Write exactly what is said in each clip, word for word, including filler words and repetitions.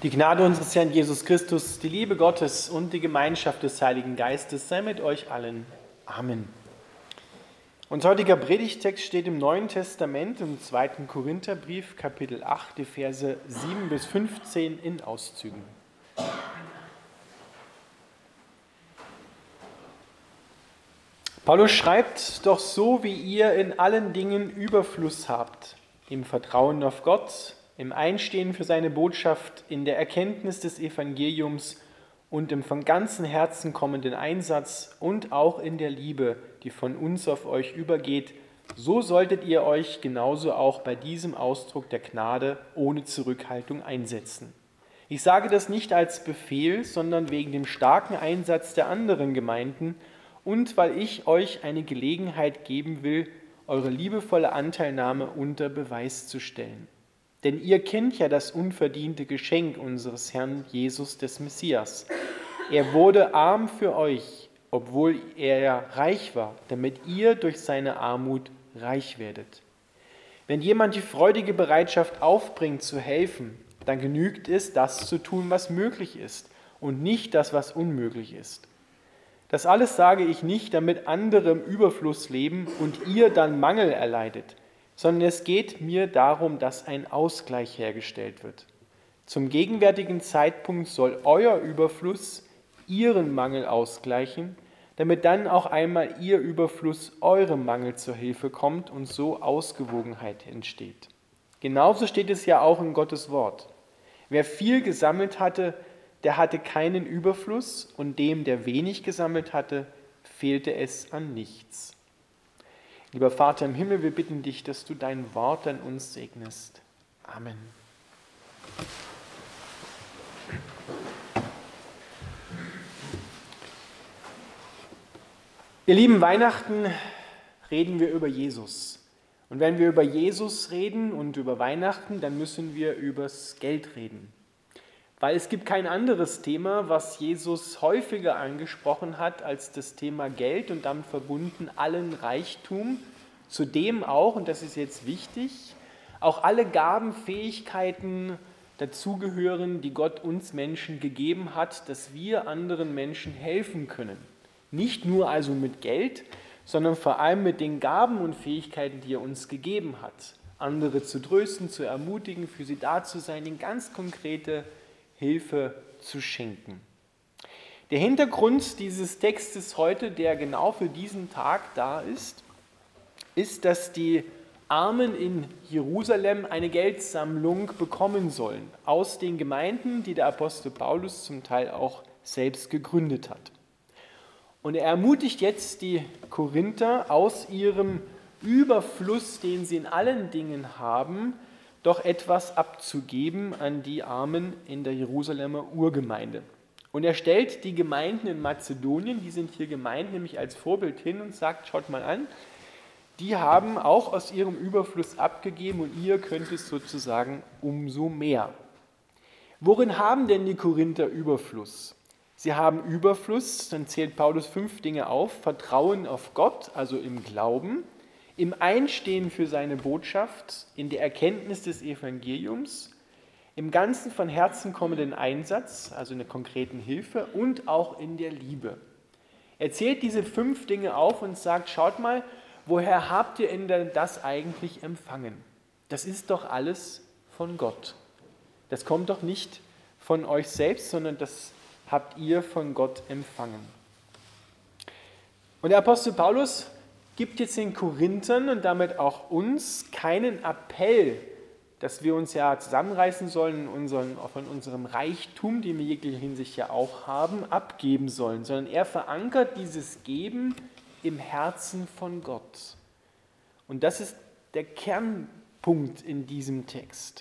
Die Gnade unseres Herrn Jesus Christus, die Liebe Gottes und die Gemeinschaft des Heiligen Geistes sei mit euch allen. Amen. Unser heutiger Predigtext steht im Neuen Testament, im zweiten Korintherbrief, Kapitel acht, die Verse sieben bis fünfzehn in Auszügen. Paulus schreibt: Doch so wie ihr in allen Dingen Überfluss habt, im Vertrauen auf Gott, im Einstehen für seine Botschaft, in der Erkenntnis des Evangeliums und im von ganzem Herzen kommenden Einsatz und auch in der Liebe, die von uns auf euch übergeht, so solltet ihr euch genauso auch bei diesem Ausdruck der Gnade ohne Zurückhaltung einsetzen. Ich sage das nicht als Befehl, sondern wegen dem starken Einsatz der anderen Gemeinden und weil ich euch eine Gelegenheit geben will, eure liebevolle Anteilnahme unter Beweis zu stellen. Denn ihr kennt ja das unverdiente Geschenk unseres Herrn Jesus des Messias. Er wurde arm für euch, obwohl er ja reich war, damit ihr durch seine Armut reich werdet. Wenn jemand die freudige Bereitschaft aufbringt, zu helfen, dann genügt es, das zu tun, was möglich ist, und nicht das, was unmöglich ist. Das alles sage ich nicht, damit andere im Überfluss leben und ihr dann Mangel erleidet, sondern es geht mir darum, dass ein Ausgleich hergestellt wird. Zum gegenwärtigen Zeitpunkt soll euer Überfluss ihren Mangel ausgleichen, damit dann auch einmal ihr Überfluss eurem Mangel zur Hilfe kommt und so Ausgewogenheit entsteht. Genauso steht es ja auch in Gottes Wort. Wer viel gesammelt hatte, der hatte keinen Überfluss, und dem, der wenig gesammelt hatte, fehlte es an nichts. Lieber Vater im Himmel, wir bitten dich, dass du dein Wort an uns segnest. Amen. Ihr Lieben, Weihnachten reden wir über Jesus. Und wenn wir über Jesus reden und über Weihnachten, dann müssen wir übers Geld reden. Weil es gibt kein anderes Thema, was Jesus häufiger angesprochen hat als das Thema Geld und damit verbunden allen Reichtum, zudem auch, und das ist jetzt wichtig, auch alle Gaben, Fähigkeiten dazugehören, die Gott uns Menschen gegeben hat, dass wir anderen Menschen helfen können. Nicht nur also mit Geld, sondern vor allem mit den Gaben und Fähigkeiten, die er uns gegeben hat. Andere zu trösten, zu ermutigen, für sie da zu sein, ihnen ganz konkrete Hilfe zu schenken. Der Hintergrund dieses Textes heute, der genau für diesen Tag da ist, ist, dass die Armen in Jerusalem eine Geldsammlung bekommen sollen aus den Gemeinden, die der Apostel Paulus zum Teil auch selbst gegründet hat. Und er ermutigt jetzt die Korinther, aus ihrem Überfluss, den sie in allen Dingen haben, doch etwas abzugeben an die Armen in der Jerusalemer Urgemeinde. Und er stellt die Gemeinden in Mazedonien, die sind hier gemeint, nämlich als Vorbild hin und sagt, schaut mal an, die haben auch aus ihrem Überfluss abgegeben und ihr könnt es sozusagen umso mehr. Worin haben denn die Korinther Überfluss? Sie haben Überfluss, dann zählt Paulus fünf Dinge auf: Vertrauen auf Gott, also im Glauben, im Einstehen für seine Botschaft, in der Erkenntnis des Evangeliums, im ganzen von Herzen kommenden Einsatz, also in der konkreten Hilfe, und auch in der Liebe. Er zählt diese fünf Dinge auf und sagt, schaut mal, woher habt ihr denn das eigentlich empfangen? Das ist doch alles von Gott. Das kommt doch nicht von euch selbst, sondern das habt ihr von Gott empfangen. Und der Apostel Paulus gibt jetzt den Korinthern und damit auch uns keinen Appell, dass wir uns ja zusammenreißen sollen, unseren, von unserem Reichtum, den wir in jeglicher Hinsicht ja auch haben, abgeben sollen, sondern er verankert dieses Geben im Herzen von Gott. Und das ist der Kernpunkt in diesem Text.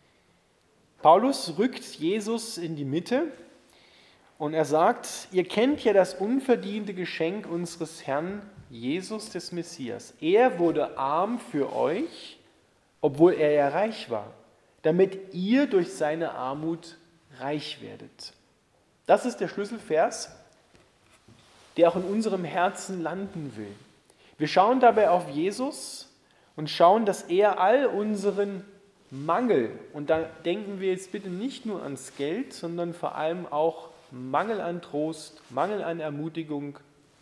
Paulus rückt Jesus in die Mitte und er sagt, ihr kennt ja das unverdiente Geschenk unseres Herrn Jesus des Messias. Er wurde arm für euch, obwohl er ja reich war, damit ihr durch seine Armut reich werdet. Das ist der Schlüsselvers, der auch in unserem Herzen landen will. Wir schauen dabei auf Jesus und schauen, dass er all unseren Mangel, und da denken wir jetzt bitte nicht nur ans Geld, sondern vor allem auch Mangel an Trost, Mangel an Ermutigung,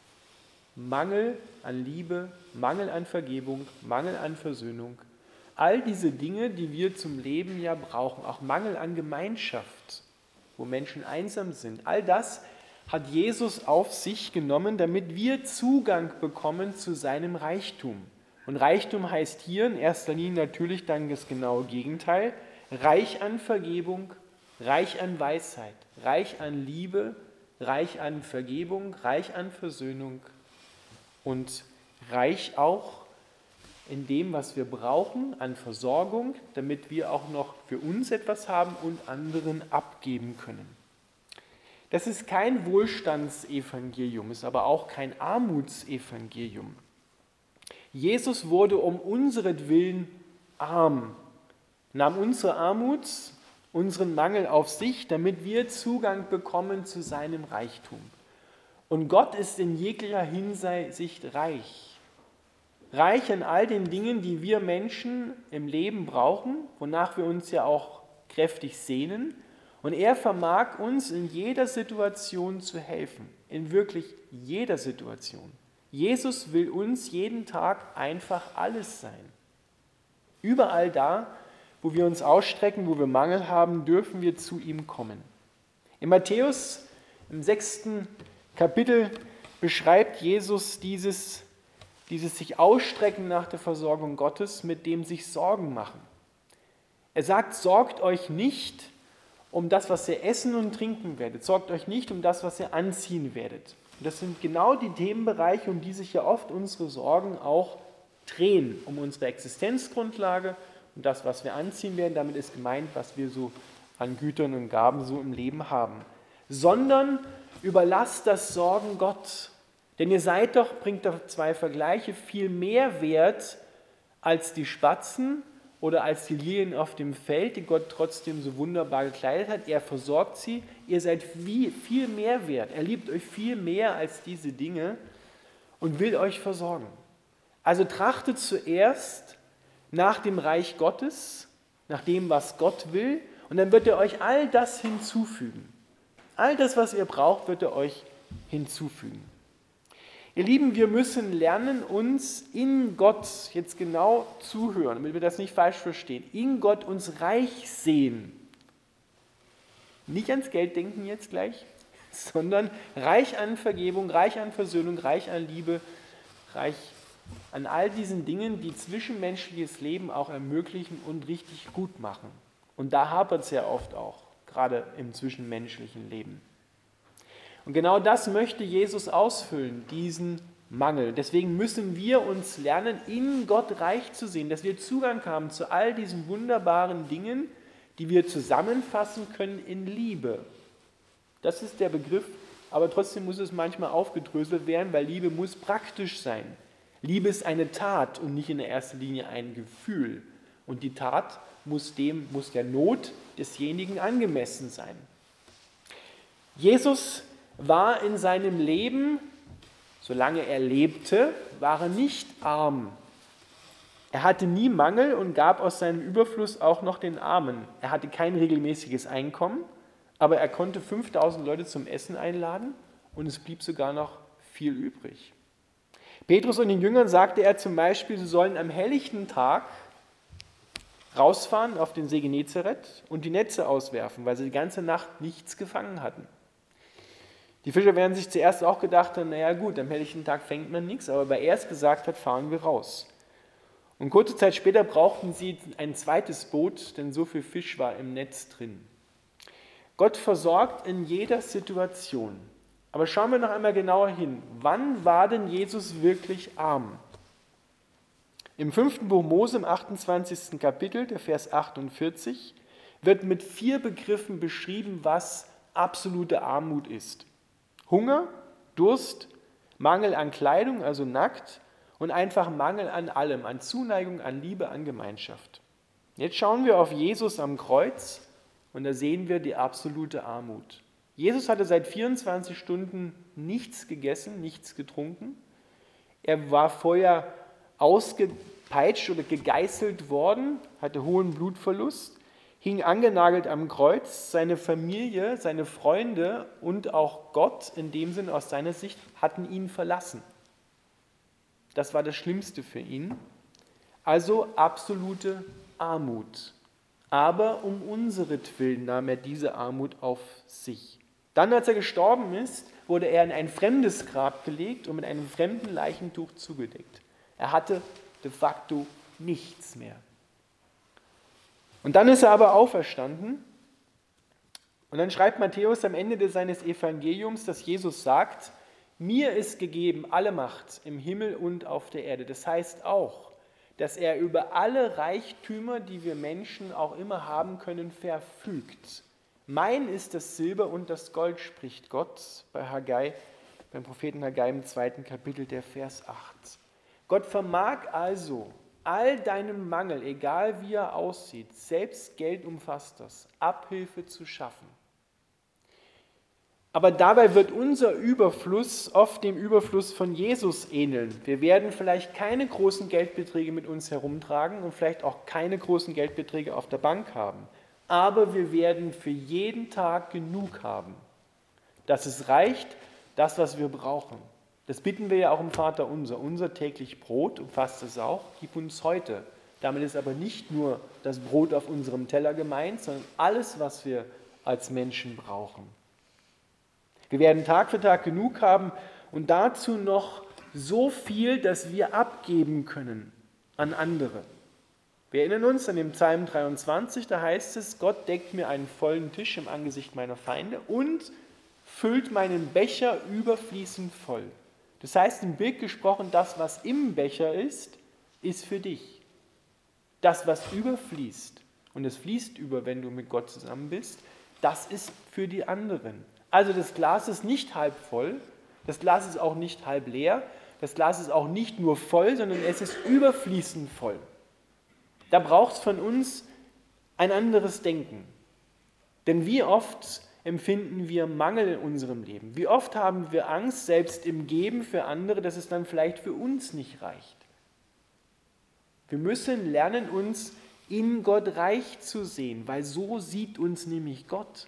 Mangel an Liebe, Mangel an Vergebung, Mangel an Versöhnung. All diese Dinge, die wir zum Leben ja brauchen, auch Mangel an Gemeinschaft, wo Menschen einsam sind. All das hat Jesus auf sich genommen, damit wir Zugang bekommen zu seinem Reichtum. Und Reichtum heißt hier in erster Linie natürlich dann das genaue Gegenteil: reich an Vergebung, reich an Weisheit, reich an Liebe, reich an Vergebung, reich an Versöhnung und reich auch in dem, was wir brauchen, an Versorgung, damit wir auch noch für uns etwas haben und anderen abgeben können. Das ist kein Wohlstandsevangelium, ist aber auch kein Armutsevangelium. Jesus wurde um unseretwillen arm, nahm unsere Armut, unseren Mangel auf sich, damit wir Zugang bekommen zu seinem Reichtum. Und Gott ist in jeglicher Hinsicht reich. Reich an all den Dingen, die wir Menschen im Leben brauchen, wonach wir uns ja auch kräftig sehnen. Und er vermag uns in jeder Situation zu helfen, in wirklich jeder Situation. Jesus will uns jeden Tag einfach alles sein. Überall da, wo wir uns ausstrecken, wo wir Mangel haben, dürfen wir zu ihm kommen. In Matthäus, im sechsten Kapitel, beschreibt Jesus dieses, dieses sich ausstrecken nach der Versorgung Gottes, mit dem sich Sorgen machen. Er sagt, sorgt euch nicht um das, was ihr essen und trinken werdet. Sorgt euch nicht um das, was ihr anziehen werdet. Und das sind genau die Themenbereiche, um die sich ja oft unsere Sorgen auch drehen. Um unsere Existenzgrundlage und das, was wir anziehen werden. Damit ist gemeint, was wir so an Gütern und Gaben so im Leben haben. Sondern überlasst das Sorgen Gott. Denn ihr seid doch, bringt doch zwei Vergleiche, viel mehr wert als die Spatzen oder als die Lilien auf dem Feld, die Gott trotzdem so wunderbar gekleidet hat. Er versorgt sie. Ihr seid viel, viel mehr wert. Er liebt euch viel mehr als diese Dinge und will euch versorgen. Also trachtet zuerst nach dem Reich Gottes, nach dem, was Gott will, und dann wird er euch all das hinzufügen. All das, was ihr braucht, wird er euch hinzufügen. Ihr Lieben, wir müssen lernen, uns in Gott jetzt genau zuhören, damit wir das nicht falsch verstehen. In Gott uns reich sehen. Nicht ans Geld denken jetzt gleich, sondern reich an Vergebung, reich an Versöhnung, reich an Liebe, reich an all diesen Dingen, die zwischenmenschliches Leben auch ermöglichen und richtig gut machen. Und da hapert es ja oft auch, gerade im zwischenmenschlichen Leben. Und genau das möchte Jesus ausfüllen, diesen Mangel. Deswegen müssen wir uns lernen, in Gott reich zu sehen, dass wir Zugang haben zu all diesen wunderbaren Dingen, die wir zusammenfassen können in Liebe. Das ist der Begriff, aber trotzdem muss es manchmal aufgedröselt werden, weil Liebe muss praktisch sein. Liebe ist eine Tat und nicht in erster Linie ein Gefühl. Und die Tat muss, dem, muss der Not desjenigen angemessen sein. Jesus war in seinem Leben, solange er lebte, war er nicht arm. Er hatte nie Mangel und gab aus seinem Überfluss auch noch den Armen. Er hatte kein regelmäßiges Einkommen, aber er konnte fünftausend Leute zum Essen einladen und es blieb sogar noch viel übrig. Petrus und den Jüngern sagte er zum Beispiel, sie sollen am helllichten Tag rausfahren auf den See Genezareth und die Netze auswerfen, weil sie die ganze Nacht nichts gefangen hatten. Die Fischer werden sich zuerst auch gedacht haben, naja gut, am helllichten Tag fängt man nichts, aber weil er es gesagt hat, fahren wir raus. Und kurze Zeit später brauchten sie ein zweites Boot, denn so viel Fisch war im Netz drin. Gott versorgt in jeder Situation. Aber schauen wir noch einmal genauer hin. Wann war denn Jesus wirklich arm? Im fünften Buch Mose, im achtundzwanzigsten Kapitel, der Vers achtundvierzig, wird mit vier Begriffen beschrieben, was absolute Armut ist. Hunger, Durst, Mangel an Kleidung, also nackt, und einfach Mangel an allem, an Zuneigung, an Liebe, an Gemeinschaft. Jetzt schauen wir auf Jesus am Kreuz und da sehen wir die absolute Armut. Jesus hatte seit vierundzwanzig Stunden nichts gegessen, nichts getrunken. Er war vorher gepeitscht oder gegeißelt worden, hatte hohen Blutverlust, hing angenagelt am Kreuz. Seine Familie, seine Freunde und auch Gott, in dem Sinn aus seiner Sicht, hatten ihn verlassen. Das war das Schlimmste für ihn. Also absolute Armut. Aber um unseretwillen nahm er diese Armut auf sich. Dann, als er gestorben ist, wurde er in ein fremdes Grab gelegt und mit einem fremden Leichentuch zugedeckt. Er hatte de facto nichts mehr. Und dann ist er aber auferstanden. Und dann schreibt Matthäus am Ende seines Evangeliums, dass Jesus sagt, mir ist gegeben alle Macht im Himmel und auf der Erde. Das heißt auch, dass er über alle Reichtümer, die wir Menschen auch immer haben können, verfügt. Mein ist das Silber und das Gold, spricht Gott bei Haggai, beim Propheten Haggai im zweiten Kapitel, der Vers acht. Gott vermag also all deinem Mangel, egal wie er aussieht, selbst Geld umfasst das, Abhilfe zu schaffen. Aber dabei wird unser Überfluss oft dem Überfluss von Jesus ähneln. Wir werden vielleicht keine großen Geldbeträge mit uns herumtragen und vielleicht auch keine großen Geldbeträge auf der Bank haben. Aber wir werden für jeden Tag genug haben, dass es reicht, das, was wir brauchen. Das bitten wir ja auch im Vater unser. Unser täglich Brot umfasst es auch, gib uns heute. Damit ist aber nicht nur das Brot auf unserem Teller gemeint, sondern alles, was wir als Menschen brauchen. Wir werden Tag für Tag genug haben und dazu noch so viel, dass wir abgeben können an andere. Wir erinnern uns an den Psalm dreiundzwanzig, da heißt es, Gott deckt mir einen vollen Tisch im Angesicht meiner Feinde und füllt meinen Becher überfließend voll. Das heißt, im Bild gesprochen, das, was im Becher ist, ist für dich. Das, was überfließt, und es fließt über, wenn du mit Gott zusammen bist, das ist für die anderen. Also das Glas ist nicht halb voll, das Glas ist auch nicht halb leer, das Glas ist auch nicht nur voll, sondern es ist überfließend voll. Da braucht es von uns ein anderes Denken. Denn wie oft empfinden wir Mangel in unserem Leben? Wie oft haben wir Angst, selbst im Geben für andere, dass es dann vielleicht für uns nicht reicht? Wir müssen lernen, uns in Gott reich zu sehen, weil so sieht uns nämlich Gott.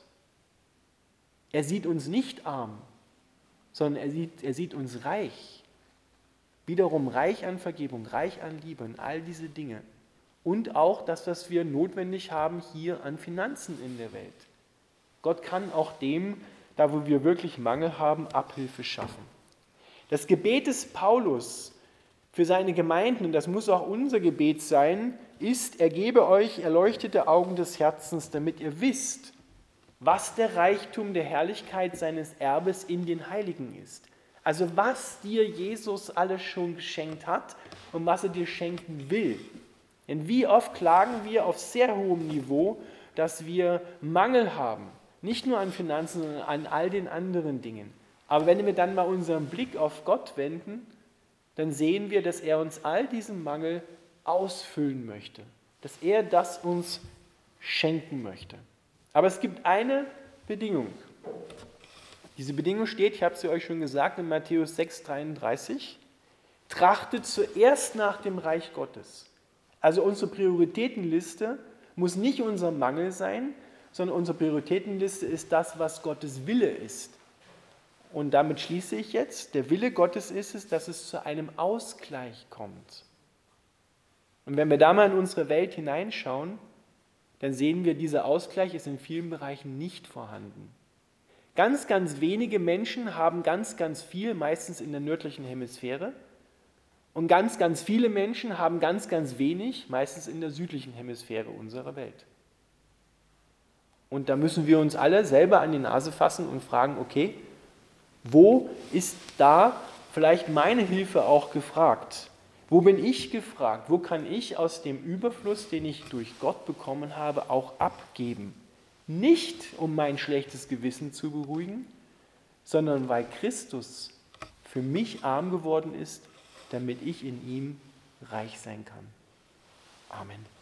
Er sieht uns nicht arm, sondern er sieht, er sieht uns reich. Wiederum reich an Vergebung, reich an Liebe und all diese Dinge. Und auch das, was wir notwendig haben hier an Finanzen in der Welt. Gott kann auch dem, da wo wir wirklich Mangel haben, Abhilfe schaffen. Das Gebet des Paulus für seine Gemeinden, und das muss auch unser Gebet sein, ist, er gebe euch erleuchtete Augen des Herzens, damit ihr wisst, was der Reichtum der Herrlichkeit seines Erbes in den Heiligen ist. Also was dir Jesus alles schon geschenkt hat und was er dir schenken will. Denn wie oft klagen wir auf sehr hohem Niveau, dass wir Mangel haben. Nicht nur an Finanzen, sondern an all den anderen Dingen. Aber wenn wir dann mal unseren Blick auf Gott wenden, dann sehen wir, dass er uns all diesen Mangel ausfüllen möchte. Dass er das uns schenken möchte. Aber es gibt eine Bedingung. Diese Bedingung steht, ich habe sie euch schon gesagt, in Matthäus sechs dreiunddreißig. Trachtet zuerst nach dem Reich Gottes. Also unsere Prioritätenliste muss nicht unser Mangel sein, sondern unsere Prioritätenliste ist das, was Gottes Wille ist. Und damit schließe ich jetzt, der Wille Gottes ist es, dass es zu einem Ausgleich kommt. Und wenn wir da mal in unsere Welt hineinschauen, dann sehen wir, dieser Ausgleich ist in vielen Bereichen nicht vorhanden. Ganz, ganz wenige Menschen haben ganz, ganz viel, meistens in der nördlichen Hemisphäre. Und ganz, ganz viele Menschen haben ganz, ganz wenig, meistens in der südlichen Hemisphäre unserer Welt. Und da müssen wir uns alle selber an die Nase fassen und fragen, okay, wo ist da vielleicht meine Hilfe auch gefragt? Wo bin ich gefragt? Wo kann ich aus dem Überfluss, den ich durch Gott bekommen habe, auch abgeben? Nicht, um mein schlechtes Gewissen zu beruhigen, sondern weil Christus für mich arm geworden ist, damit ich in ihm reich sein kann. Amen.